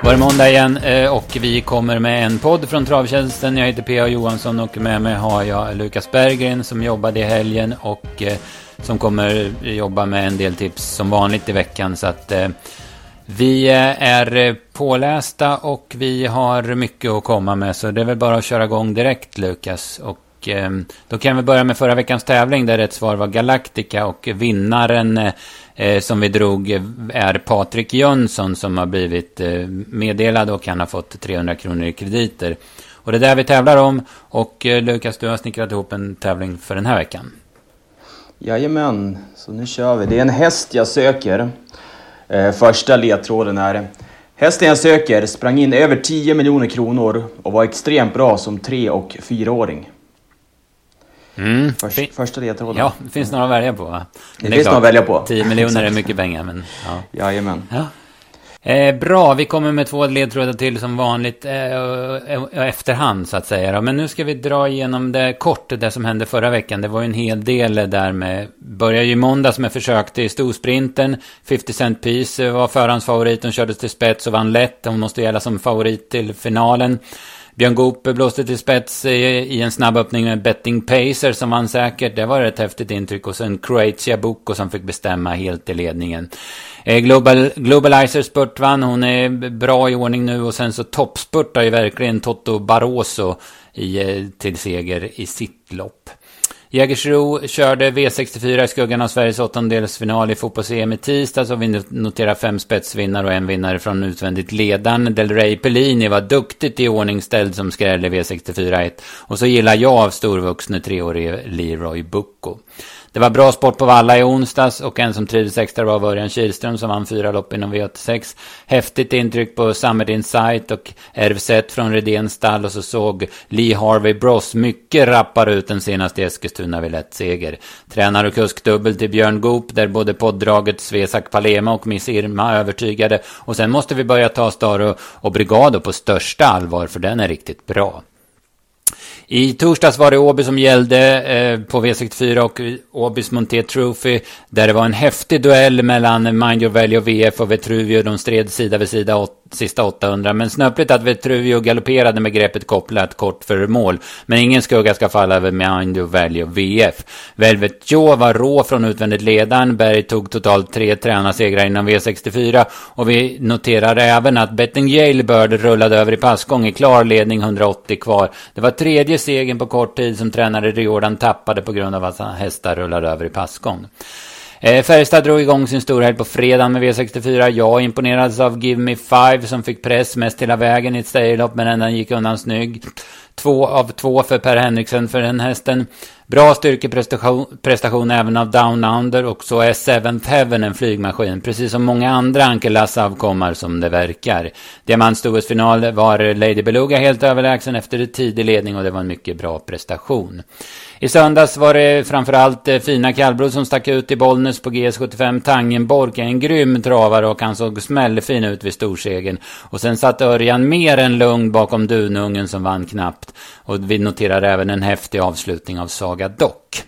Var det måndag igen och vi kommer med en podd från Travtjänsten. Jag heter P.A. Johansson och med mig har jag Lukas Berggren som jobbade i helgen och som kommer jobba med en del tips som vanligt i veckan. Så att vi är pålästa och vi har mycket att komma med, så det är väl bara att köra igång direkt, Lukas. Och då kan vi börja med förra veckans tävling där rätt svar var Galactica och vinnaren som vi drog är Patrik Jönsson som har blivit meddelad och han har fått 300 kronor i krediter. Och det är där vi tävlar om. Och Lukas, du har snickrat ihop en tävling för den här veckan. Jajamän, så nu kör vi. Det är en häst jag söker. Första ledtråden är: hästen jag söker sprang in över 10 miljoner kronor och var extremt bra som 3- och 4-åring. Första ledtråden. Ja, det finns några att välja på, va? Det finns några att välja på. 10 miljoner är mycket pengar, men ja. Jajamän. Ja. Bra, vi kommer med 2 ledtrådar till som vanligt efterhand så att säga. Men nu ska vi dra igenom det kort, det som hände förra veckan. Det var ju en hel del där med. Började ju måndags med försök till storsprinten. 50 Cent Piece var förhandsfavorit. Hon kördes till spets och vann lätt. Hon måste gälla som favorit till finalen. Björn Goop blåste till spets i en snabb öppning med Betting Pacer som vann säkert. Det var ett häftigt intryck. Och sen Croatia Boko som fick bestämma helt i ledningen. Globalizer spurt vann. Hon är bra i ordning nu. Och sen så toppspurtar ju verkligen Toto Barroso till seger i sitt lopp. Jägersro körde V64 i skuggan av Sveriges 8-delsfinal i fotbolls-EM i tisdag, så vi noterar 5 spetsvinnare och en vinnare från utvändigt ledan. Del Rey Pellini var duktigt i ordningställd som skräll i V64-1. Och så gillar jag av storvuxne 3-årige Leroy Bucco. Det var bra sport på Valla i onsdags och en som trivdes extra var Örjan Kihlström som vann 4 lopp inom V86. Häftigt intryck på Summit Insight och RZ från Redéns stall, och så såg Lee Harvey Bross mycket rappar ut den senaste Eskilstuna vid lätt seger. Tränare och kuskdubbel till Björn Goop där både poddraget Svesak Palema och Miss Irma övertygade. Och sen måste vi börja ta Star och Brigado på största allvar, för den är riktigt bra. I torsdags var det Åby som gällde på V64 och Åbys Monté Trophy, där det var en häftig duell mellan Mind Your Value och VF och Vetruvio. De stred sida vid sida sista 800, men snöpligt att Vetruvio galopperade med greppet kopplat kort för mål. Men ingen skugga ska falla över Mind Your Value och VF. Velvet Joe var rå från utvändigt ledaren. Berg tog totalt 3 tränarsegrar inom V64, och vi noterar även att Betting Jailbird rullade över i passgång i klar ledning, 180 kvar. Det var tredje segern på kort tid som tränare Riordan tappade på grund av att hästar rullade över i passgång. Färjestad drog igång sin storhelg på fredag med V64. Jag imponerades av Give Me 5 som fick press mest hela vägen i ett stejlopp, men den gick undan snygg. 2 av 2 för Per Henriksen för den hästen. Bra styrkeprestation även av Down Under, och så är Seventh Heaven en flygmaskin, precis som många andra Ankel Lasse avkommar som det verkar. Diamantstoets final var Lady Beluga helt överlägsen efter tidig ledning, och det var en mycket bra prestation. I söndags var det framförallt fina kallblod som stack ut i Bollnäs på GS75. Tangenborg är en grym travare och han såg smällfin ut vid storsegen. Och sen satt Örjan mer än lugn bakom Dunungen som vann knappt. Och vi noterar även en häftig avslutning av Saga Dock.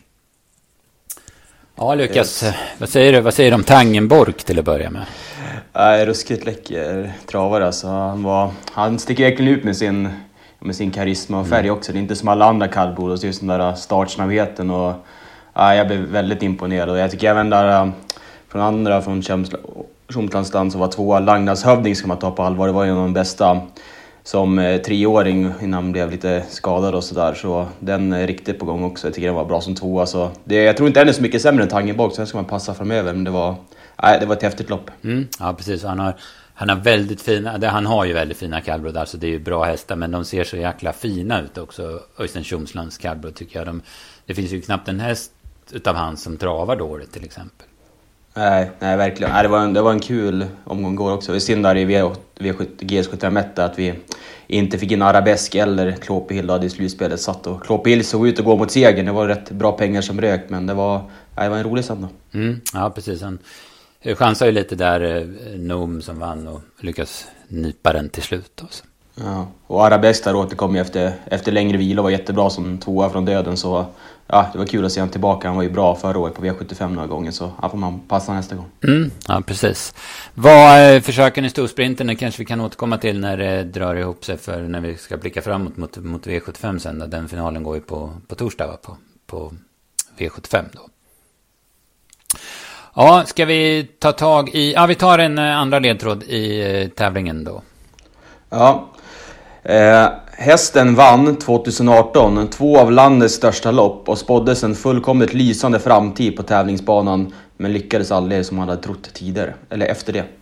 Ja, Lukas, vad säger du om Tangenborg till att börja med? Ruskigt läcker travare. Alltså. Han sticker verkligen ut med sin karisma och färg också. Det är inte som alla andra kallblod, och just den där startsnabbheten, och jag blev väldigt imponerad. Och jag tycker även där från Tjomtlandsland som var 2, Lagnas Hövding ska man ta på allvar. Det var ju en av de bästa som 3-åring innan han blev lite skadad och sådär. Så den är riktigt på gång också. Jag tycker den var bra som 2. Alltså, jag tror inte den är så mycket sämre än Tangenborg, så den ska man passa framöver. Men det var ett häftigt lopp. Ja, precis. Han har väldigt fina, han har ju väldigt fina kallblod, alltså det är ju bra hästar, men de ser så jäkla fina ut också. Öystein Tjomslands kallblod tycker jag. Det finns ju knappt en häst utav han som travar dåligt till exempel. Nej, verkligen. Det var en kul omgång går också. Vi ser där i GS71 att vi inte fick in Arabesk eller Klåpehill i slutspelet satt, och Klåpehill såg ut att gå mot segern. Det var rätt bra pengar som rök, men det var en rolig söndag. Ja, precis. Han chansade ju lite där, Noom som vann och lyckas nypa den till slut också. Ja. Och Arabesk där återkom ju efter längre vila och var jättebra som tvåa från döden. Så ja, det var kul att se honom tillbaka. Han var ju bra förra året på V75 några gånger. Så här får man passa nästa gång. Ja, precis. Vad försöken i storsprinten, det kanske vi kan återkomma till när det drar ihop sig, för när vi ska blicka framåt mot V75 sen. Då. Den finalen går ju på torsdag, va? På V75 då. Ja, ska vi ta tag i... Ja, vi tar en andra ledtråd i tävlingen då. Ja. Hästen vann 2018 två av landets största lopp och spåddes en fullkomligt lysande framtid på tävlingsbanan, men lyckades aldrig som man hade trott tidigare, eller efter det.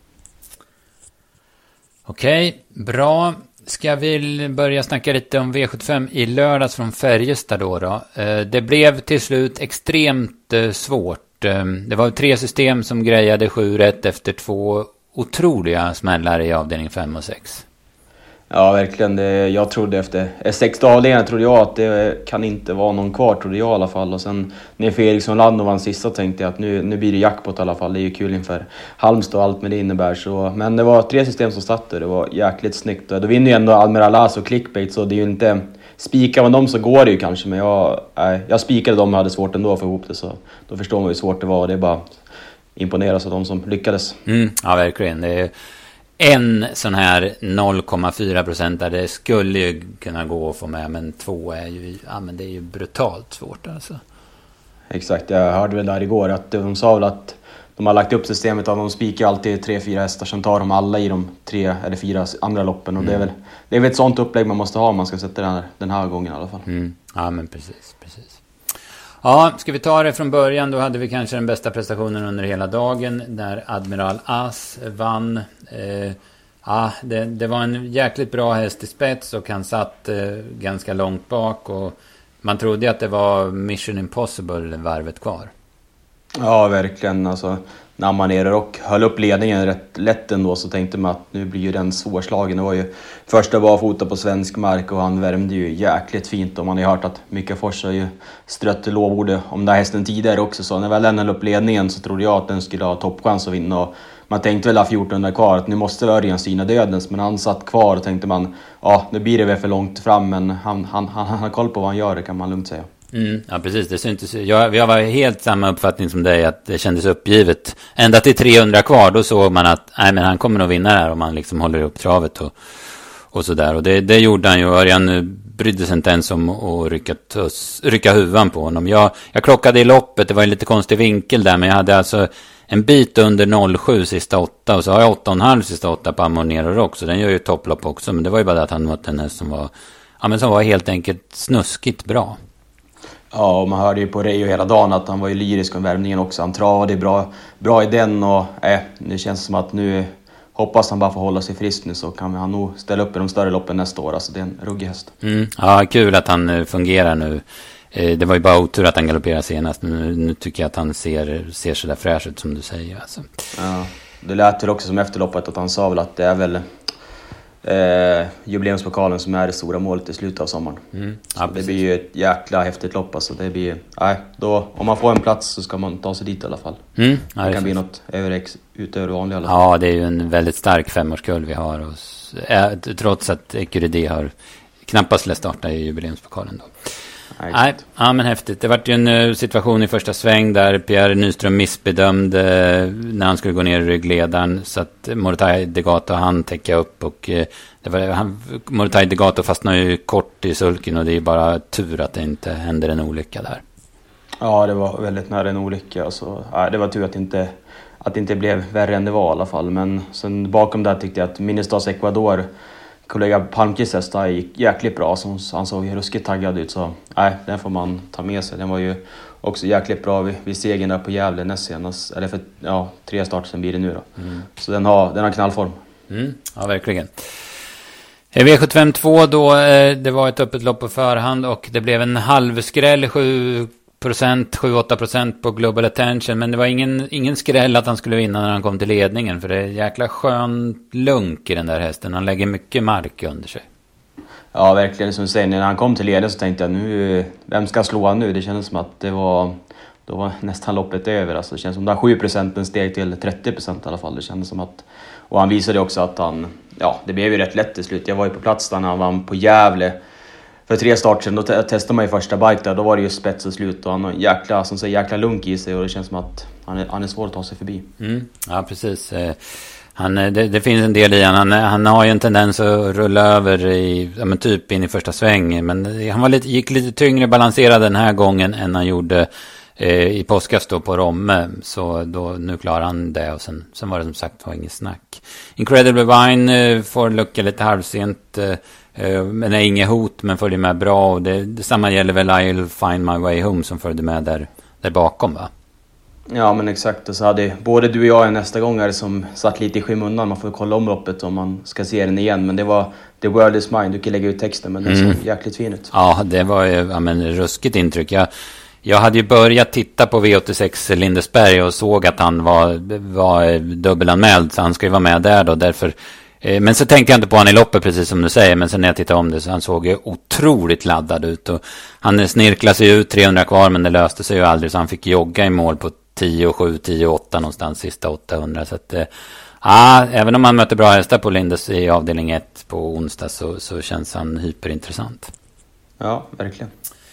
Okej, bra. Ska vi börja snacka lite om V75 i lördags från Färjestad då? Det blev till slut extremt svårt. Det var 3 system som grejade 7 rätt efter 2 otroliga smällar i avdelning 5 och 6. Ja, verkligen. Jag trodde efter 6:e avdelningen trodde jag att det kan inte vara någon kvar, trodde jag i alla fall. Och sen när Fredriksson Land vann sista tänkte jag att nu blir det jackpot i alla fall. Det är ju kul inför Halmstad och allt med det innebär. Så. Men det var 3 system som satte. Det var jäkligt snyggt. Då vinner ju ändå Admiral As och Clickbait, så det är ju inte... Spikar man dem så går det ju kanske, men jag spikade dem och hade svårt ändå att få ihop det. Så då förstår man hur svårt det var. Det är bara imponeras av de som lyckades. Ja, verkligen. Det är en sån här 0,4% där det skulle ju kunna gå att få med, men 2 är ju, ja, men det är ju brutalt svårt alltså. Exakt, jag hörde väl där igår att de sa väl att de har lagt upp systemet att de spikar alltid 3-4 hästar, som tar de alla i de 3 eller 4 andra loppen. Och det är väl ett sånt upplägg man måste ha om man ska sätta den här gången i alla fall. Ja, men precis. Ja, ska vi ta det från början, då hade vi kanske den bästa prestationen under hela dagen där Admiral As vann. Det var en jäkligt bra häst i spets och han satt ganska långt bak, och man trodde att det var Mission Impossible varvet kvar. Ja, verkligen. Alltså, när man är och höll upp ledningen rätt lätt ändå, så tänkte man att nu blir ju den svårslagen. Det var ju första barfota på svensk mark och han värmde ju jäkligt fint. Och man har ju hört att Mika Fors har ju strött lovord om den här hästen tidigare också. Så när väl den höll upp ledningen så trodde jag att den skulle ha toppchans att vinna. Och man tänkte väl ha 14 kvar, att nu måste Örjan syna dödens. Men han satt kvar och tänkte man, ja, nu blir det väl för långt fram. Men han har koll på vad han gör, det kan man lugnt säga. Ja, precis. Det syntes. Jag var helt samma uppfattning som dig, att det kändes uppgivet. Ända till 300 kvar, då såg man att men han kommer nog vinna här om man liksom håller upp travet och sådär. Och det gjorde han ju. Örjan brydde sig inte ens om att rycka huvan på honom. Jag klockade i loppet, det var en lite konstig vinkel där, men jag hade alltså en bit under 0,7 sista 8, och så har jag 8,5 sista 8 på Amonero Rock, så den gör ju topplopp också. Men det var ju bara att han mötte en häst som var helt enkelt snuskigt bra. Ja, och man hörde ju på Reijo hela dagen att han var ju lyrisk om värmningen också. Han travade bra i den, och det känns som att nu hoppas han bara får hålla sig frisk nu, så kan han nog ställa upp i de större loppen nästa år. Alltså det är en ruggig häst. Ja, kul att han fungerar nu. Det var ju bara otur att han galopperade senast. Nu tycker jag att han ser så där fräsch ut som du säger. Alltså. Ja, det lät väl också som efterloppet att han sa väl att det är väl jubileumspokalen som är det stora målet i slutet av sommaren. Ja, det blir ju ett jäkla häftigt lopp. Alltså. Det blir, då, om man får en plats så ska man ta sig dit i alla fall. Ja, det kan bli något utöver vanliga i alla fall. Ja, det är ju en väldigt stark 5-årskull vi har. Och, trots att Ecuride har knappast läst starta i jubileumspokalen då. Nej, ja, men häftigt. Det var ju en situation i första sväng där Pierre Nyström missbedömde när han skulle gå ner i ryggledaren, så att Morotai Degato han täcka upp, och Morotai Degato fastnade ju kort i sulken, och det är bara tur att det inte händer en olycka där. Ja, det var väldigt nära en olycka. Alltså, det var tur att det inte blev värre än det var i alla fall. Men sen bakom där tyckte jag att Ministas Ecuador, kollega Palmqvist hästar, gick jäkligt bra. Så han såg ruskigt taggad ut. Så den får man ta med sig. Den var ju också jäkligt bra vid segern där på Gävle näst senast. Eller för 3 starter sen blir det nu då. Så den har knallform. Ja, verkligen. V75 då, det var ett öppet lopp på förhand, och det blev en halvskräll, 7-8% på Global Attention, men det var ingen skräll att han skulle vinna när han kom till ledningen, för det är jäkla skön lunk i den där hästen. Han lägger mycket mark under sig. Ja, verkligen, som du säger, när han kom till ledningen så tänkte jag, vem ska slå han nu? Det kändes som att det var då var nästan loppet över. Alltså, det känns som att 7% steg till 30% i alla fall. Det kändes som att, och han visade också att han, ja, det blev ju rätt lätt till slut. Jag var ju på plats där när han vann på Gävle för 3 starter sedan. Då testade man ju första bike där, då var det ju spets och slut och han har jäkla lunk i sig och det känns som att han är svår att ta sig förbi. Ja, precis. Det finns en del i han har ju en tendens att rulla över typ in i första sväng, men han gick lite tyngre balanserad den här gången än han gjorde i påskas då på Romme, så då, nu klarar han det och sen var det som sagt var inget snack. Incredible Vine får lucka lite halvsent, men är inget hot men följer med bra, och det samma gäller väl I'll Find My Way Home som följde med där bakom, va? Ja, men exakt. Och så hade både du och jag en nästa gångare som satt lite i skymundan. Man får kolla om loppet om man ska se den igen. Men det var The World Is Mine. Du kan lägga ut texten, men den såg jäkligt fin ut. Ja, det var ju ruskigt intryck. Jag hade ju börjat titta på V86 Lindesberg och såg att han var dubbelanmäld. Så han ska ju vara med där då. Därför, men så tänkte jag inte på han i loppet, precis som du säger. Men sen när jag tittade om det så han såg ju otroligt laddad ut. Och han snirklade sig ut 300 kvar, men det löste sig ju aldrig. Så han fick jogga i mål på 10,7, 10,8 någonstans sista 800. Så att, även om man möter bra hästar på Lindes i avdelning 1 på onsdag så känns han hyperintressant. Ja, verkligen.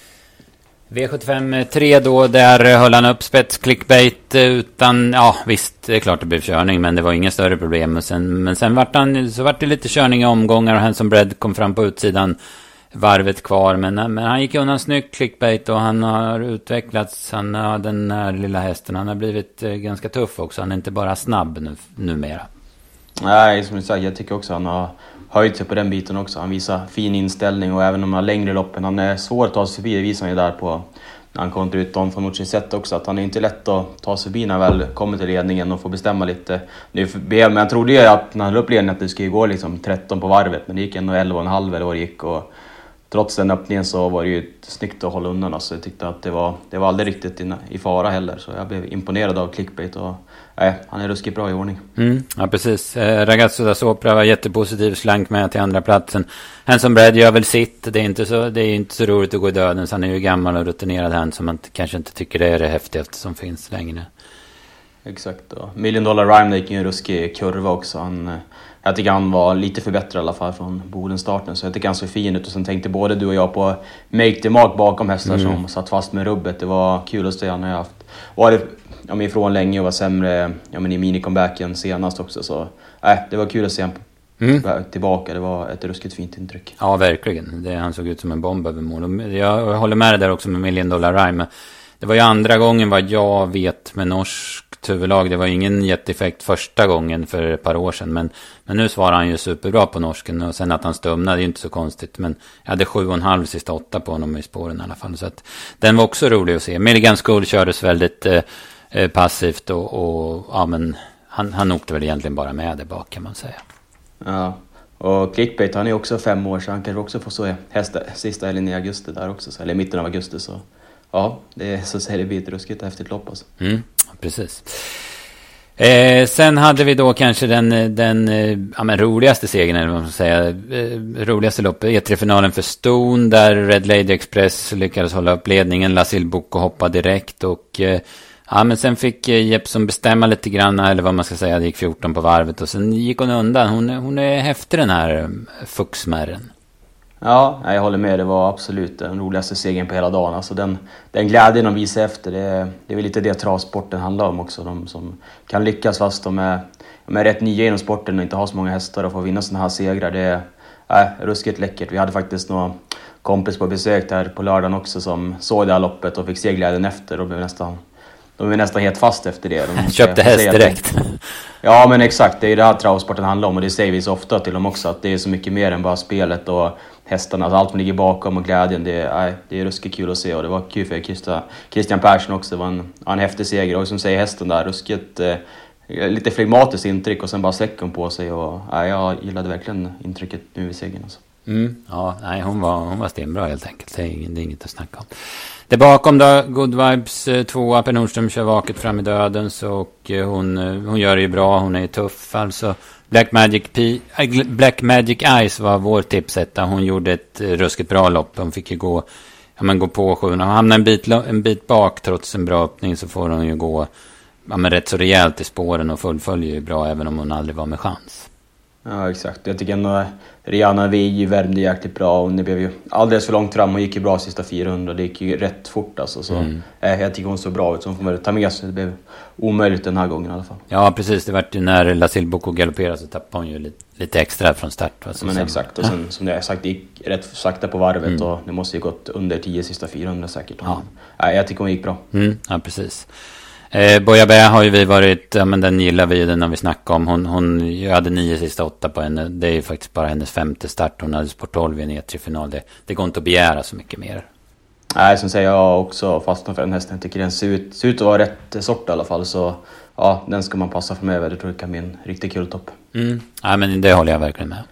V75 3 då, där höll han upp spets clickbait utan, ja visst, det är klart det blev körning, men det var inga större problem. Men sen vart det lite körning i omgångar och Handsome Bread kom fram på utsidan, varvet kvar, men han gick undan snyggt clickbait och han har utvecklats. Han har den här lilla hästen, han har blivit ganska tuff också, han är inte bara snabb numera. Nej, som du säger, jag tycker också han har höjt sig på den biten också. Han visar fin inställning och även om han har längre loppen, han är svår att ta sig förbi. Det visar han ju där på när han kontrar ut Don från sätt också, att han är inte lätt att ta sig förbi när han väl kommer till ledningen och får bestämma lite. Men jag trodde ju att när han upp ledningen att det skulle gå liksom 13 på varvet, men det gick ändå 11,5 eller vad det gick, och trots den öppningen så var det ju snyggt att hålla undan. Alltså jag tyckte att det var aldrig riktigt i fara heller, så jag blev imponerad av clickbait och han är ruskigt bra i ordning. Ja, precis. Ragazzo da Sopra var jättepositiv, slank med till andra platsen. Handsome Bread gör väl sitt. Det är inte så roligt att gå i döden, så han är ju gammal och rutinerad hand, som man kanske inte tycker det är det häftigaste som finns längre. Exakt. Och $1 Million Rhyme gick ju en ruskig kurva också. Jag tycker han var lite förbättrad i alla fall från Bodenstarten, så jag tycker han såg fin ut. Och sen tänkte både du och jag på Make the Mark bakom hästar som satt fast med rubbet. Det var kul att se. Han har varit ifrån länge och var sämre i mini-comebacken senast också. Så det var kul att se honom tillbaka. Det var ett ruskigt fint intryck. Ja, verkligen. Han såg ut som en bomb över mål. Jag håller med dig där också med $1 Million Rhyme. Det var ju andra gången vad jag vet med norskt huvudlag. Det var ingen jätteeffekt första gången för ett par år sedan. Men nu svarar han ju superbra på norsken. Och sen att han stumnade, det är ju inte så konstigt. Men jag hade 7,5 sista 8 på honom i spåren i alla fall. Så att den var också rolig att se. Milligan School kördes väldigt passivt. Och ja, men han åkte väl egentligen bara med det bak, kan man säga. Ja, och clickbait, han är också 5 år. Så han kanske också får så hästar sista helgen i augusti där också. Så, eller mitten av augusti så. Ja, så säger det blir ett ruskigt häftigt lopp alltså. Precis. Sen hade vi då kanske den roligaste segern, eller vad man ska säga, roligaste loppet, E3-finalen för Stone, där Red Lady Express lyckades hålla upp ledningen. Lasil Boko hoppade direkt och men sen fick Jeppson bestämma lite grann, eller vad man ska säga, det gick 14 på varvet och sen gick hon undan. Hon är häftig, den här Fuxmärren. Ja, jag håller med. Det var absolut den roligaste segern på hela dagen. Alltså den glädjen de visar efter, det är väl lite det travsporten handlar om också. De som kan lyckas fast de är rätt nya inom sporten och inte har så många hästar och får vinna såna här segrar. Det är ruskigt läckert. Vi hade faktiskt några kompis på besök där på lördagen också som såg det här loppet och fick se glädjen efter. De blev nästan helt fast efter det. De köpte häst direkt. Ja, men exakt. Det är det här travsporten handlar om och det säger vi så ofta till dem också, att det är så mycket mer än bara spelet och hästarna, allt som ligger bakom och glädjen. Det är ruskigt kul att se och det var kul för Christian Persson också. Det var en häftig seger och som säger hästen där, ruskigt lite flegmatiskt intryck och sen bara släcken på sig och jag gillade verkligen intrycket nu i segern alltså. Ja, nej, hon var stenbra helt enkelt. Det är inget att snacka om. Det bakom då, Good Vibes 2, Per Nordström kör vaket fram i dödens och hon gör det ju bra, hon är tuff alltså. Black Magic Eyes var vår tipsetta. Hon gjorde ett ruskigt bra lopp. Hon fick ju gå men gå på 700. Hamnar en bit bak trots en bra öppning så får hon ju gå men rätt så rejält i spåren och fullföljer ju bra även om hon aldrig var med chans. Ja, exakt. Jag tycker ändå Rihanna Vigi värmde jäkligt bra och det blev ju alldeles för långt fram och gick ju bra sista 400. Det gick ju rätt fort alltså. Så jag tycker hon så bra ut så hon får väl ta med sig. Det blev omöjligt den här gången i alla fall. Ja, precis. Det var ju när Lasil Boko galopperade så tappade hon ju lite extra från start. Alltså, men exakt. Och sen som jag sagt, det gick rätt sakta på varvet och det måste ju gått under 10 sista 400 säkert. Ja. Jag tycker hon gick bra. Ja, precis. Boyabé har ju vi varit, men den gillar vi ju, den har vi snackat om. Hon hade 9 sista 8 på henne. Det är ju faktiskt bara hennes 5:e start. Hon hade sport 12 i en E3-final. Det går inte att begära så mycket mer. Nej, som säger jag också fastnat för den hästen. Jag tycker den ser ut att vara rätt sort i alla fall. Så ja, den ska man passa framöver. Det tror jag kan bli en riktigt kul topp. Ja, men det håller jag verkligen med.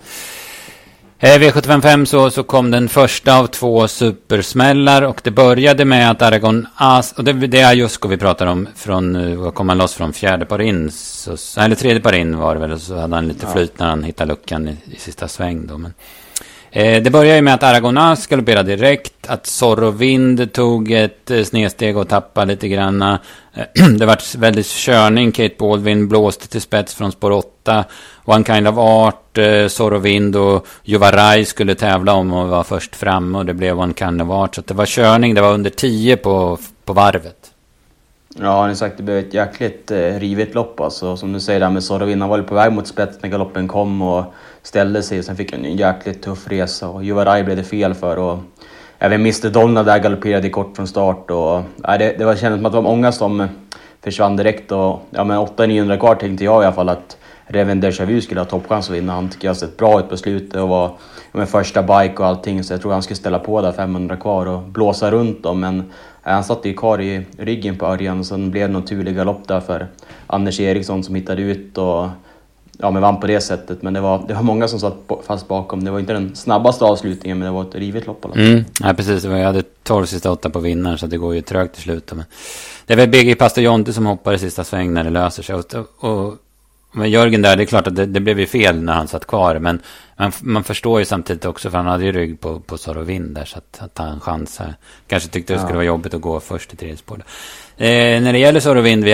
V755 så kom den första av 2 supersmällar och det började med att Aragon As, och det är Ajusko vi pratar om, vad kom han loss från, 4:e par in, eller 3:e par in var det väl, och så hade han lite flyt när han hittade luckan i sista sväng då, men det började ju med att Aragon As galopperade direkt, att Zorro Vind tog ett snedsteg och tappade lite granna. Det var väldigt körning, Kate Baldwin blåste till spets från spår 8. One Kind of Art, Zorro Vind och Juvarai skulle tävla om och var först fram och det blev One Kind of Art. Så det var körning, det var under 10 på varvet. Ja, han har sagt det blev ett jäkligt rivigt lopp alltså. Som du säger där med Zorro Vind, han var på väg mot spets när galoppen kom och ställde sig. Sen fick han en jäkligt tuff resa och Juvarai blev det fel för och även Mr. Donna där galopperade kort från start och det var kändes som att det var många som försvann direkt och ja, men 800-900 kvar tänkte jag i alla fall att Reven Deja Vu skulle ha toppchans att vinna. Han tycker jag sett bra ut på slutet och var med första bike och allting, så jag tror han skulle ställa på där 500 kvar och blåsa runt dem, men han satt ju kvar i ryggen på Örjan och sen blev det naturlig galopp där för Anders Eriksson som hittade ut och ja, men vann på det sättet. Men det var många som satt fast bakom. Det var inte den snabbaste avslutningen, men det var ett rivet lopp. Ja, precis. Jag hade 12 sista 8 på vinnaren, så det går ju trögt till slut. Men det är väl BG Pastor Jonte som hoppar i sista sväng när det löser sig. Men Jörgen där, det är klart att det blev ju fel när han satt kvar. Men man förstår ju samtidigt också, för han hade ju rygg på Zorro Vind där, så att han chansar. Kanske tyckte det skulle vara jobbigt att gå först i tredje spår. När det gäller Zorro Vind,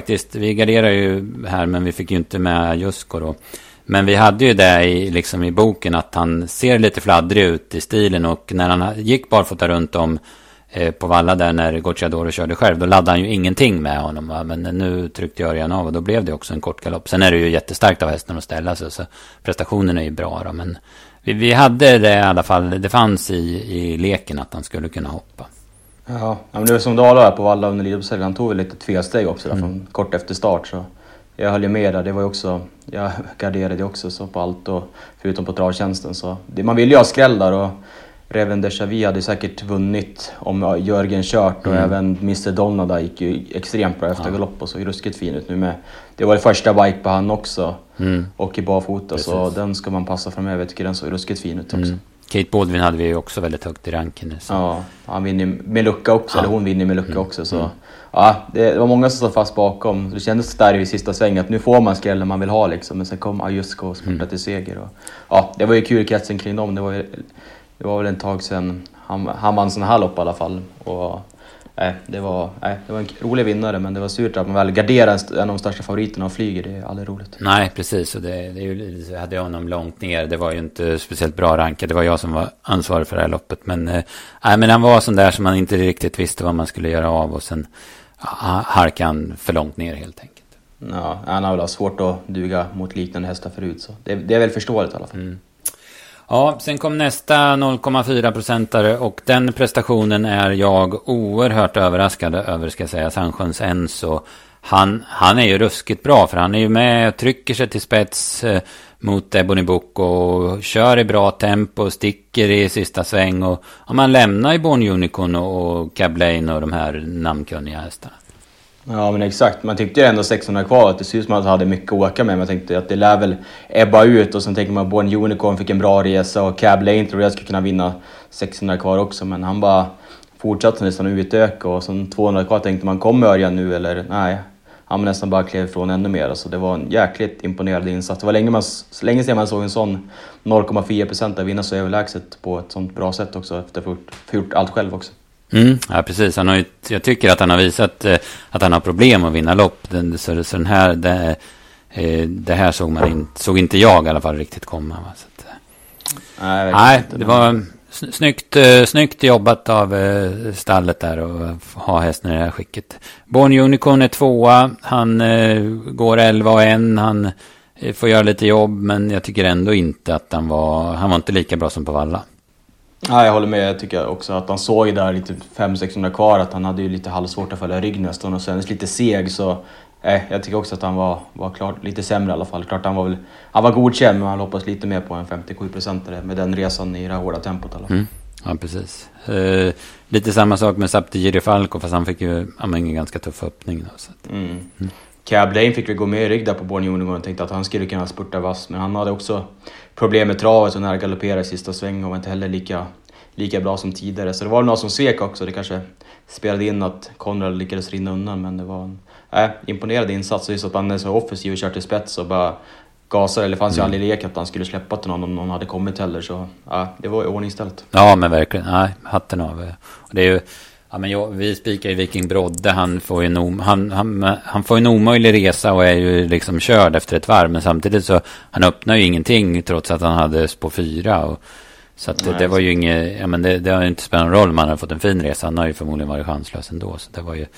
vi garderade ju här, men vi fick ju inte med Jusko då. Men vi hade ju det i boken att han ser lite fladdrig ut i stilen, och när han gick barfota runt om på Valla där när Gocciadoro körde själv, då laddade han ju ingenting med honom, va? Men nu tryckte Örjan av och då blev det också en kort galopp. Sen är det ju jättestarkt av hästen att ställa sig, så prestationen är ju bra då, men vi hade det i alla fall, det fanns i leken att han skulle kunna hoppa. Ja, men det var som Dala här på Valla under Lidbomshelgen, han tog lite tvesteg också där från kort efter start, så jag höll ju med där. Det var ju också, jag garderade också så på allt och förutom på travtjänsten, så man ville ju ha skräll där, och Reven Deja Vu hade säkert vunnit om Jörgen kört och även Mr. Donna där gick ju extremt bra efter galopp och så ruskigt fin ut nu med. Det var det första bike på han också och i barfota, så den ska man passa framöver. Jag tycker den så ruskigt fin ut också. Kate Baldwin hade vi ju också väldigt högt i ranken nu, så. Ja, han vinner med lucka också, eller hon vinner med lucka också, så ja, det var många som stod fast bakom. Det kändes där i sista svängen att nu får man skrällen man vill ha liksom, men sen kom Ajusko och spurtade till seger och ja, det var ju kul kretsen kring dem. Det var väl en tag sedan han vann sån här lopp i alla fall. Och det var en rolig vinnare, men det var surt att man väl garderar en av de största favoriterna och flyger. Det är aldrig roligt. Nej, precis. Och det hade jag honom långt ner. Det var ju inte speciellt bra rankat. Det var jag som var ansvarig för det här loppet. Men han var sån där som man inte riktigt visste vad man skulle göra av. Och sen harkade han för långt ner helt enkelt. Ja, han har väl svårt att duga mot liknande hästar förut. Så det är väl förståeligt i alla fall. Ja, sen kom nästa 0,4-procentare och den prestationen är jag oerhört överraskad över, ska jag säga. Sandsjöns Enzo. Han är ju ruskigt bra, för han är ju med och trycker sig till spets mot Ebony Book och kör i bra tempo och sticker i sista sväng. Och man lämnar ju Born Unicorn och Cab Lane och de här namnkunniga hästarna. Ja, men exakt. Man tyckte ju ändå 600 kvar att det ser ut som att han hade mycket att åka med. Man tänkte att det lär väl ebba ut, och sen tänker man att Born Unicorn fick en bra resa och Cab Lane tror jag skulle kunna vinna 600 kvar också. Men han bara fortsatte nästan utöka, och sen 200 kvar tänkte man, kommer Örjan nu eller nej? Han nästan bara klev ifrån ännu mer. Så det var en jäkligt imponerande insats. Det var länge sedan man såg en sån 0,4% att vinna så överlägset på ett sånt bra sätt också, efter att ha gjort allt själv också. Ja, precis. Jag tycker att han har visat att han har problem att vinna lopp. Så den här, det här såg inte jag i alla fall riktigt komma. Va? Så att, nej, det var snyggt jobbat av stallet där och ha hästen i det här skicket. Born Unicorn är 2:a. Han går 11-1. Han får göra lite jobb, men jag tycker ändå inte att han var inte lika bra som på Valla. Ja, jag håller med. Jag tycker också att han såg där lite 500-600 kvar, att han hade ju lite halvsvårt att följa rygg nästan och sen lite seg, så jag tycker också att han var klart lite sämre i alla fall. Klart han var godkänd, men han hoppas lite mer på en 57% med den resan i det här hårda tempot i alla fall. Ja, precis. Lite samma sak med Saptigiri Falco, fast han fick ju en ganska tuff öppning då, så att. Cab Lane fick vi gå med i rygg där på Born Unicorn och tänkte att han skulle kunna spurta vass, men han hade också problem med travet och när han galopperade i sista sväng och var inte heller lika bra som tidigare. Så det var någon som svek också. Det kanske spelade in att Konrad lyckades rinna undan, men det var en imponerande insats. Just att han är så offensiv och kört till spets och bara gasade. Det fanns ju aldrig lek att han skulle släppa till någon om någon hade kommit heller. Så det var ordningställt. Ja, men verkligen. Nej, hatten av. Och det är ju... Ja, men vi spikar i Viking Brodde. Han får en omöjlig resa och är ju liksom körd efter ett varv. Men samtidigt så han öppnar ju ingenting trots att han hade spår 4. Och, så att det var ju inget... Ja, men det har ju inte spelat någon roll om han hade fått en fin resa. Han har ju förmodligen varit chanslös ändå. Så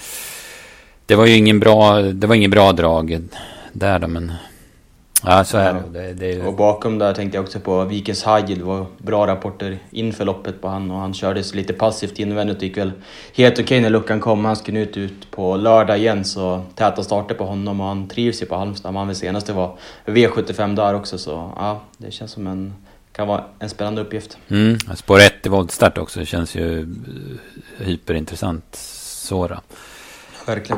det var ju ingen bra drag där då, men... Ja, så är det. Och bakom där tänkte jag också på Vikens Hagel. Det var bra rapporter inför loppet på han och han kördes lite passivt invändigt och gick väl helt okej när luckan kom. Han skulle ut på lördag igen, så täta starter på honom och han trivs ju på Halmstad. Han väl senast det var V75 där också, så det känns som kan vara en spännande uppgift. Spår 1 i voltstart också, det känns ju hyperintressant så då. Verkligen.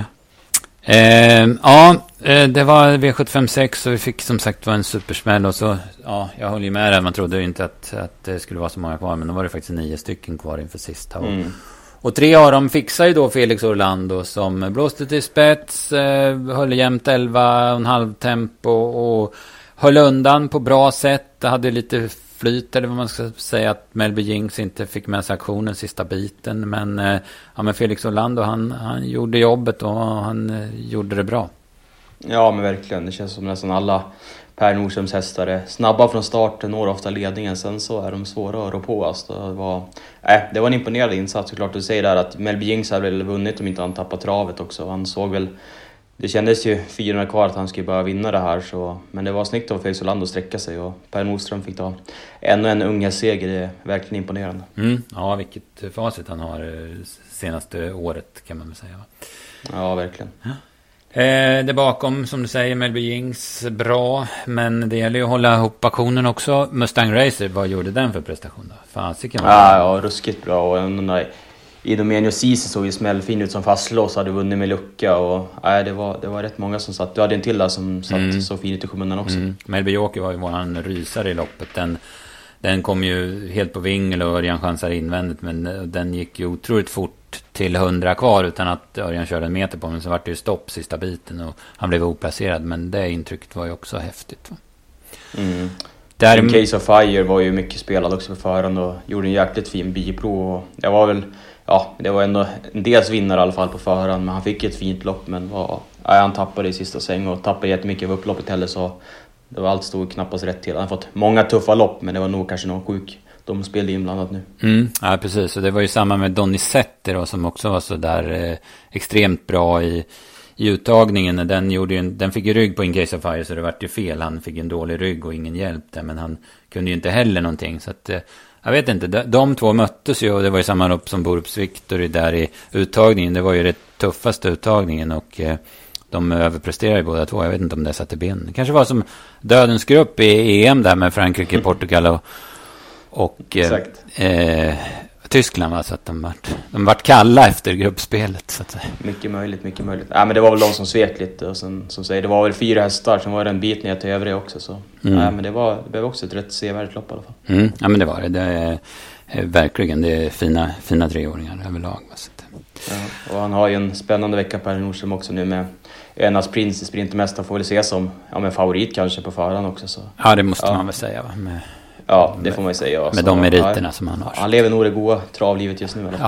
Det var V75-6 och vi fick som sagt en supersmäll och så, jag håller ju med där, man trodde ju inte att det skulle vara så många kvar, men då var det faktiskt 9 stycken kvar inför sista. Och 3 av dem fixar ju då Felix Orlando som blåste till spets, höll jämnt 11,5 tempo och höll undan på bra sätt. Det hade lite flyt, eller vad man ska säga, att Melby Jinx inte fick med sig aktionen sista biten, men Felix Orlando han gjorde jobbet och han gjorde det bra. Ja, men verkligen, det känns som nästan alla Per Nordströms hästar är snabba från starten, når ofta ledningen, sen så är de svåra att rå på. Alltså, det var en imponerande insats, såklart. Du säger där att Melby Jinx hade väl vunnit om inte han tappat travet också. Han såg väl, det kändes ju 400 kvar att han skulle bara vinna det här, så, men det var snyggt av Felix Orlando att sträcka sig och Per Nordström fick ta ännu en unga seger. Det är verkligen imponerande. Ja, vilket facit han har senaste året kan man väl säga. Ja, verkligen. Ja. Det bakom, som du säger, Melby Jinx bra, men det gäller ju att hålla ihop aktionen också. Mustang Racer, vad gjorde den för prestation då? Fasiken var ja, ruskigt bra. Och Idomenio Ceesay såg ju smällfin ut som fastlås, hade vunnit med lucka och det var rätt många som satt. Du hade en till där som satt så fint i skymundan också. Melby Joker var ju våran rysare i loppet. Den kom ju helt på vingel och Örjan chansade invändigt, men den gick ju otroligt fort till 100 kvar utan att Örjan körde en meter på, men så var det ju stopp sista biten och han blev oplacerad, men det intrycket var ju också häftigt. Case of Fire var ju mycket spelad också på förhand och gjorde en jäkligt fin biprov och det var ändå en dels vinnare i alla fall på förhand, men han fick ett fint lopp, men han tappade i sista sväng och tappade jättemycket av upploppet heller, så det var allt stod knappast rätt till. Han har fått många tuffa lopp, men det var nog kanske någon sjuk. De spelade inblandat nu. Ja, precis. Och det var ju samma med Donizetti då, som också var så där extremt bra i uttagningen. Den fick ju rygg på In Case of Fire, så det vart ju fel. Han fick en dålig rygg och ingen hjälp där, men han kunde ju inte heller någonting. Så att, jag vet inte, de två möttes ju och det var ju samma lopp som Borups Victory där i uttagningen. Det var ju det tuffaste uttagningen och de överpresterade båda två. Jag vet inte om det satte ben. Det kanske var som dödens grupp i EM där med Frankrike, Portugal och Tyskland, så att de vart kalla efter gruppspelet, så att säga. Mycket möjligt. Ja, men det var väl de som svek lite och sen, som säger, det var väl 4 hästar som var en bit ner till övriga också, så men det blev också ett rätt sevärdigt lopp i alla fall. Ja, men det var det. Det är verkligen, det är fina 3-åringar överlag. Och han har ju en spännande vecka Per Nordström också nu med Önas Prins i Sprintermästaren, får väl se som en favorit kanske på förhand också, så. Ja, det måste man väl säga, va? Det får man ju säga. Med de meriterna som han har. Han lever nog det goda travlivet just nu. Eller? Ja,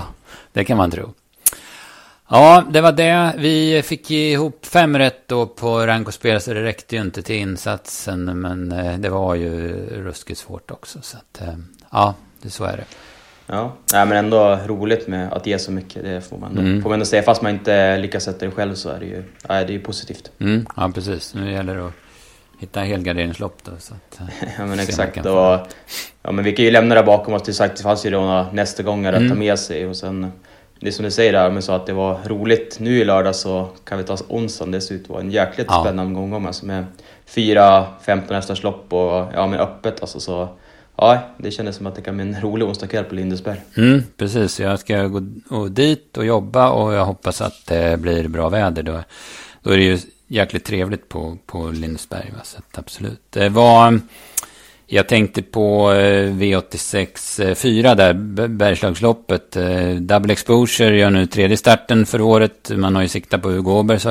Det kan man tro. Ja, det var det. Vi fick ihop 5 rätt då på rank och spel, så det räckte ju inte till insatsen. Men det var ju ruskigt svårt också. Så att, ja, så är det. Ja, nej, men ändå roligt med att ge så mycket. Det får man ändå säga. Fast man inte lyckas sätta det själv, så är det ju positivt. Ja, precis. Nu gäller det att hitta helgarderingslopp då. Så att, ja, men exakt. Och, ja, men vi kan ju lämna det bakom oss. Till sagt, det fanns ju då nästa gång att ta med sig. Och sen, det som du säger där, men så att det var roligt nu i lördag, så kan vi ta onsdagen. Det ser ut att vara en jäkligt spännande gång alltså, med 4-15 hästars lopp och men öppet alltså, så ja, det kändes som att det kan bli en rolig onsdagkväll på Lindesberg. Precis, jag ska gå dit och jobba, och jag hoppas att det blir bra väder. Då är det ju jäkligt trevligt på Lindesberg. Va? Så att, absolut. Det var... Jag tänkte på V86 4 där, Bergslagsloppet. Double Exposure gör nu 3:e starten för året. Man har ju siktat på Hugo Åbergs,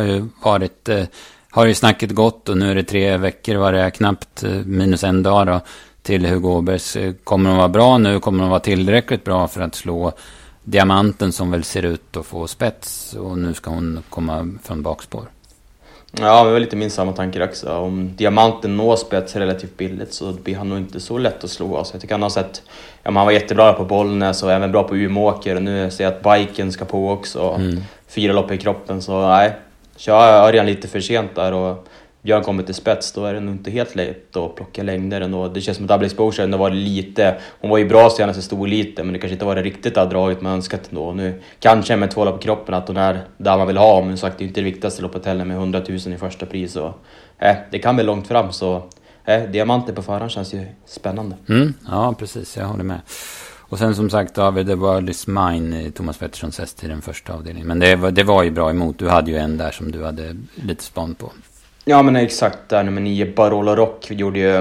har ju snacket gått, och nu är det 3 veckor, var det knappt minus en dag då, till Hugo Åbergs. Kommer de vara bra nu? Kommer de vara tillräckligt bra för att slå Diamanten, som väl ser ut att få spets, och nu ska hon komma från bakspår? Ja, det var lite min samma tanke också. Om Diamanten når spets relativt billigt, så blir han nog inte så lätt att slå. Alltså, jag tycker han har sett... Ja, han var jättebra på Bollnäs och även bra på Umeåker. Och nu ser jag att biken ska på också. 4 lopp i kroppen, så nej. Kör Örjan lite för sent där och Björn kommer till spets, då är det nog inte helt lätt att plocka längder ändå. Det känns som att Double Exposure ändå var lite... Hon var ju bra senast, stod lite, men det kanske inte var det riktigt att dra ut med önskat ändå. Nu kanske med 2 lopp i kroppen att hon är där man vill ha, men sagt det är inte det viktigaste loppet heller med 100 000 i första pris. Och, det kan bli långt fram, så Diamanter på förhand känns ju spännande. Ja, precis, jag håller med. Och sen som sagt har vi The World Is Mine i Thomas Petterssons häst i den första avdelningen. Men det var ju bra emot. Du hade ju en där som du hade lite span på. Ja, men exakt. Där nummer 9, Barolo Rock,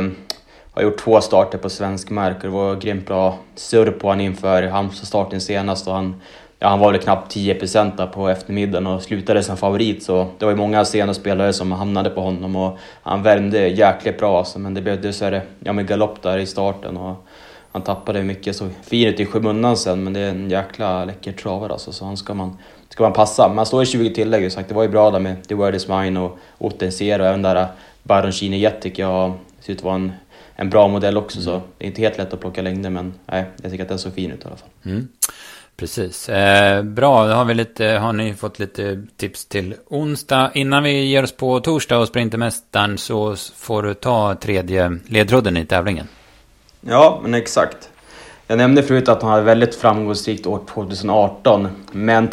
har gjort 2 starter på svensk mark. Och det var grymt bra surr på han inför Halmstad-starten senast. Och han var väl knappt 10% där på eftermiddagen och slutade som favorit. Så det var ju många sena spelare som hamnade på honom. Och han värmde jäkligt bra. Alltså, men det blev dessvärre med galopp där i starten. Och han tappade mycket, så finet i skymundan sen. Men det är en jäkla läcker travare alltså, så han ska man passa. Man står i 20 tillägg och sagt. Det var ju bra där med The Word Is Mine och Otensero. Och även där Baron Chini Jet tycker jag ser ut att vara en bra modell också. Så det är inte helt lätt att plocka längder, men nej, jag tycker att den är så fin ut i alla fall. Precis. Bra, då har ni fått lite tips till onsdag. Innan vi ger oss på torsdag och Sprintermästaren, så får du ta 3:e ledtråden i tävlingen. Ja, men exakt. Jag nämnde förut att han hade väldigt framgångsrikt år 2018. Men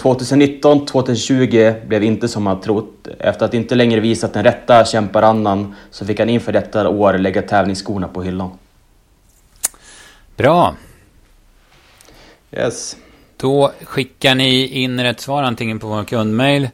2019-2020 blev inte som han trott. Efter att inte längre visat den rätta kämparandan, så fick han inför detta år lägga tävlingsskorna på hyllan. Bra. Yes. Då skickar ni in rätt svar antingen på vår kundmail,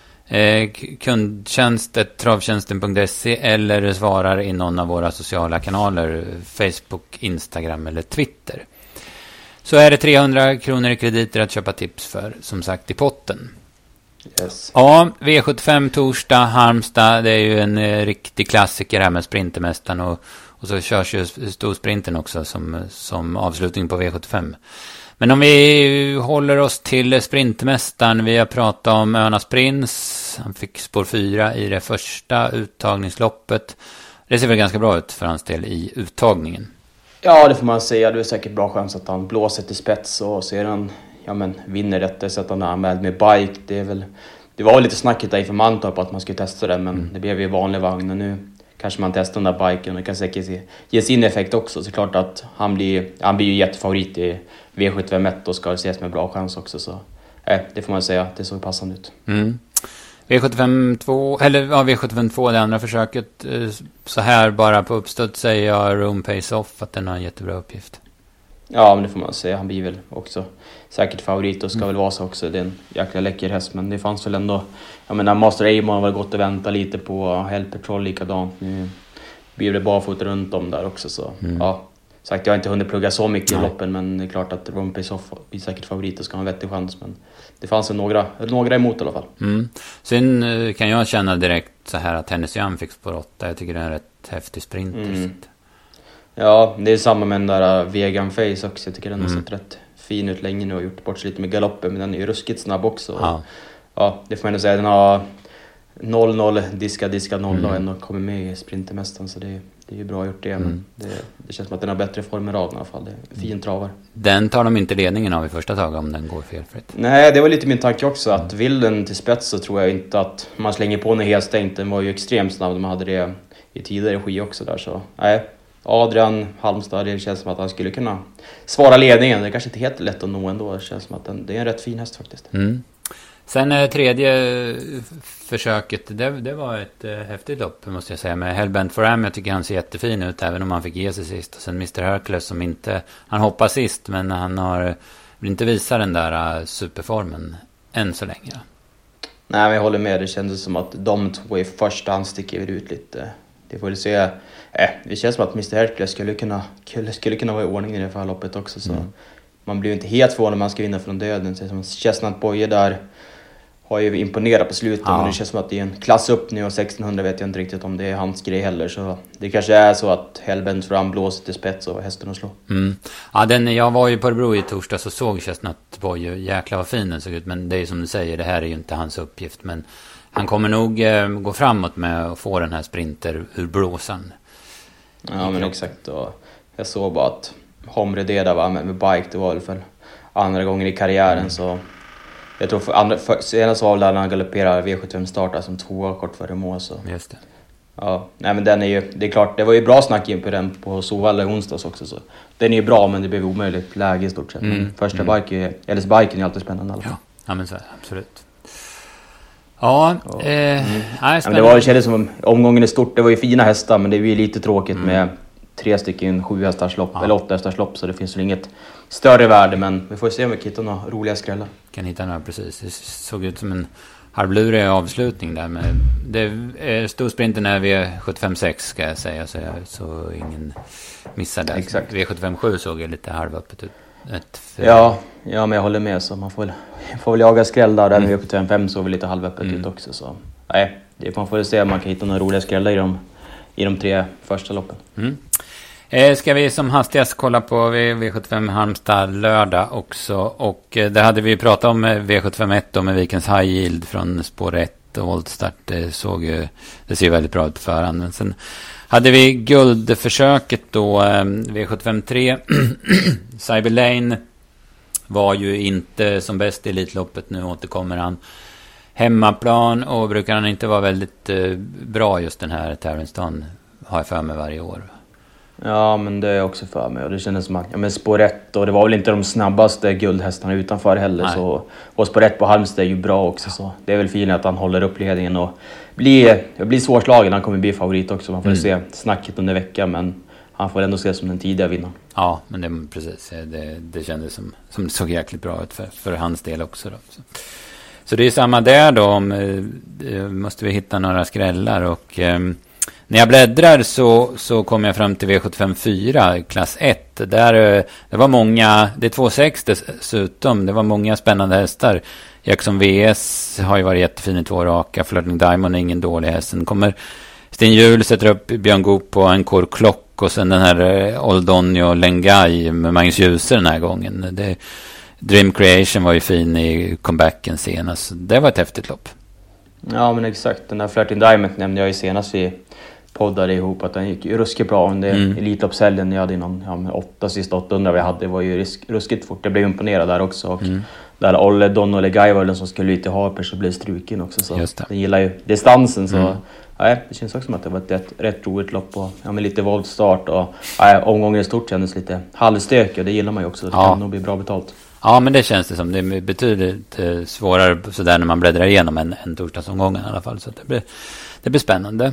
kundtjänst@travtjänsten.se, eller svarar i någon av våra sociala kanaler, Facebook, Instagram eller Twitter. Så är det 300 kronor i krediter att köpa tips för, som sagt, i potten. Yes. Ja, V75 torsdag, Halmstad, det är ju en riktig klassiker här med Sprintermästaren, och så körs ju storsprinten också som avslutning på V75. Men om vi håller oss till Sprintermästaren, vi har pratat om Önas Prins, han fick spår 4 i det första uttagningsloppet. Det ser väl ganska bra ut för hans del i uttagningen. Ja, det får man säga. Det är säkert bra chans att han blåser till spets och sedan vinner detta, så att han är anmäld med bike. Det var lite snacket där inför Mantorp att man skulle testa det, men det blev ju vanlig vagn, och nu kanske man testar den där biken och det kan säkert ge sin effekt också. Så klart att han blir ju jättefavorit i V75 och ska ses med bra chans också, så det får man säga att det såg passande ut. V75 2, det andra försöket, så här bara på uppstöd säger jag Room Pays Off, att den har en jättebra uppgift. Ja, men det får man säga. Han blir väl också säkert favorit och ska väl vara så också. Det är en jäkla läcker häst, men det fanns väl ändå... Jag menar, Master Amon var gått och vänta lite på Hell Patrol likadant. Nu blir det barfot runt om där också, så ja. Sagt, jag har inte hunnit plugga så mycket i loppen, men det är klart att Room Pays Off blir säkert favorit och ska ha en vettig chans, men det fanns väl några emot i alla fall. Sen kan jag känna direkt så här att Hennes Jan fick på 8. Jag tycker det är en rätt häftig sprint. Ja, det är samma med den där Vegan Face också. Jag tycker den har sett rätt fin ut länge nu och gjort bort sig lite med galoppen, men den är ju ruskigt snabb också. Ja. Ja, det får man ändå säga. Den har 0-0, diska 0 och ändå kommer med i Sprintermästaren, så det är ju bra gjort det. Men det känns som att den har bättre form i raden i alla fall. Det är fin travar. Den tar de inte ledningen av i första taget om den går felfritt. Nej, det var lite min tanke också. Att vill den till spets så tror jag inte att man slänger på den helt stängt. Den var ju extremt snabb. De hade det i tidigare ski också där. Så nej, Adrian Halmstad, det känns som att han skulle kunna svara ledningen. Det är kanske inte helt lätt att nå ändå. Det känns som att det är en rätt fin häst faktiskt. Sen tredje försöket, det var ett häftigt lopp måste jag säga. Med Hellbent for Am, jag tycker han ser jättefin ut även om han fick ge sig sist. Och sen Mr. Hercules som inte, han hoppar sist men han har inte visat den där superformen än så länge. Nej, men jag håller med. Det kändes som att de två i första hand sticker ut lite. Det får vi se. Det känns som att Mr. Hercules skulle kunna vara i ordning i det här loppet också. Så man blir ju inte helt förvånad när man ska vinna från döden. Det som Chestnut Boye där har ju imponerat på slutet. Men det känns som att det är en klass upp nu och 1600 vet jag inte riktigt om det är hans grej heller. Så det kanske är så att Hellbent fram blåser till spets och hästen och slår. Ja, jag var ju på Örebro i torsdags och såg Chestnut Boye. Jäklar vad fin den såg ut. Men det är ju som du säger, det här är ju inte hans uppgift. Men han kommer nog gå framåt med att få den här sprinter ur blåsan. Ja, men exakt. Och jag såg bara att Homre det där var med bike. Det var väl för andra gången i karriären så... Jag tror senast var när han galopperade V75 starta som 2 kort före mål så. Just det. Ja, nej men den är ju, det är klart, det var ju bra snack in på den på Sovalla i onsdags också så. Den är ju bra men det blev omöjligt läge i stort sett. Första biken är alltid spännande i alla fall. Ja men så är det, absolut. Ja, men det kändes som omgången är stort, det var ju fina hästar men det är ju lite tråkigt med 3 stycken 7 hästars lopp eller 8 hästars lopp så det finns väl inget större värde men vi får se om vi kan hitta några roliga skrällar. Kan hitta några precis. Det såg ut som en halvlurig avslutning där med det storsprinten är V75-6 ska jag säga så ingen missar där. Exakt. V75-7 såg jag lite halvöppet ut. Ja, men jag håller med så man får väl jaga skräll där med V75-5 såg vi lite halvöppet ut också så. Nej, man får se om man kan hitta några roliga skrällar i de 3 första loppen. Ska vi som hastigast kolla på V75 Halmstad lördag också. Och där hade vi pratat om V75 1 med Vikens High Yield från spår 1 och voltstart. Det ser väldigt bra ut på förhand. Men sen hade vi guldförsöket då, V75 3. Cyber Lane var ju inte som bäst i Elitloppet. Nu återkommer han. Hemmaplan och brukar han inte vara väldigt bra just den här Terrenston har jag för mig varje år. Ja, men det är också för mig och det kändes som att spår 1 och det var väl inte de snabbaste guldhästarna utanför heller så, och spår 1 på Halmstad är ju bra också så det är väl fint att han håller upp ledningen och blir svårslagen, han kommer bli favorit också, man får se snacket under veckan men han får ändå se som den tidiga vinnaren. Ja, men det precis, det kändes som det såg jäkligt bra ut för hans del också då. Så det är samma där då, måste vi hitta några skrällar och när jag bläddrar så kommer jag fram till V75-4 klass 1. Det var många, det är 2,6 dessutom, det var många spännande hästar. Jackson VS har ju varit jättefin i 2 raka, Flirting Diamond är ingen dålig häst. Sen kommer Sten Hjul, sätter upp Björn Goop på en Klock och sen den här Oldonio Lengai med Magnus Djuse den här gången. Dream Creation var ju fin i comebacken senast. Det var ett häftigt lopp. Ja men exakt, den där Flirting Diamond nämnde jag ju senast vi poddade ihop att den gick ju ruskigt bra under Elitloppshelgen. Jag hade någon 8 sista 800 vi hade, det var ju ruskigt fort. Jag blev imponerad där också och där Olle Donno Legai var den som skulle lite Harper så blev struken också så den gillar ju distansen så det känns också som att det var ett rätt roligt lopp och med lite våldstart och omgången i stort kändes lite halvstökig och det gillar man ju också, det kan nog bli bra betalt. Ja, men det känns det som. Det är betydligt svårare sådär när man bläddrar igenom en torsdagsomgången i alla fall. Så det blir spännande.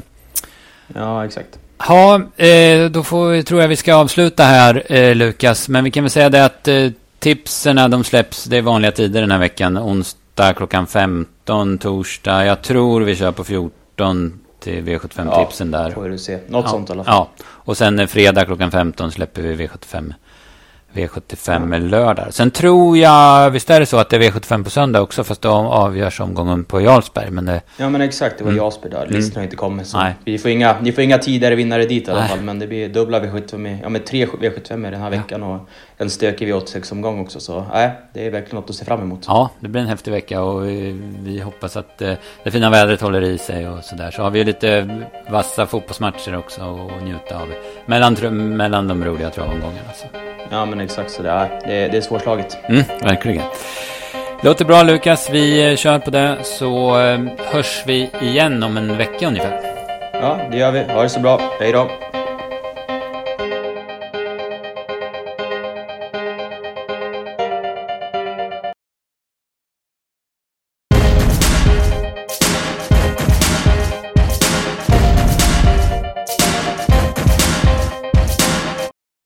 Ja, exakt. Ja, då tror jag vi ska avsluta här, Lukas. Men vi kan väl säga det att tipsen de släpps, det är vanliga tider den här veckan. Onsdag klockan 15, torsdag. Jag tror vi kör på 14 till V75-tipsen där. Ja, får du se. Något sånt i alla fall. Ja, och sen fredag klockan 15 släpper vi V75 V75 lördag. Sen tror jag, visst är det så att det är V75 på söndag också, fast då avgörs omgången på Jarlsberg. Men det... Ja, men exakt, det var Jarlsberg där. Listan har inte kommit. Så ni får inga tidigare vinnare dit i alla fall. Men det blir dubbla V75, med 3 V75 den här veckan. Och en stökig V86-omgång också. Så det är verkligen något att se fram emot. Ja, det blir en häftig vecka och vi hoppas att det fina vädret håller i sig och sådär. Så har vi lite vassa fotbollsmatcher också att njuta av. Mellan de roliga travomgångarna. Så. Ja, men exakt så det är svårslaget. Verkligen. Låter bra, Lukas. Vi kör på det, så hörs vi igen om en vecka ungefär. Ja, det gör vi. Ha det så bra. Hej då.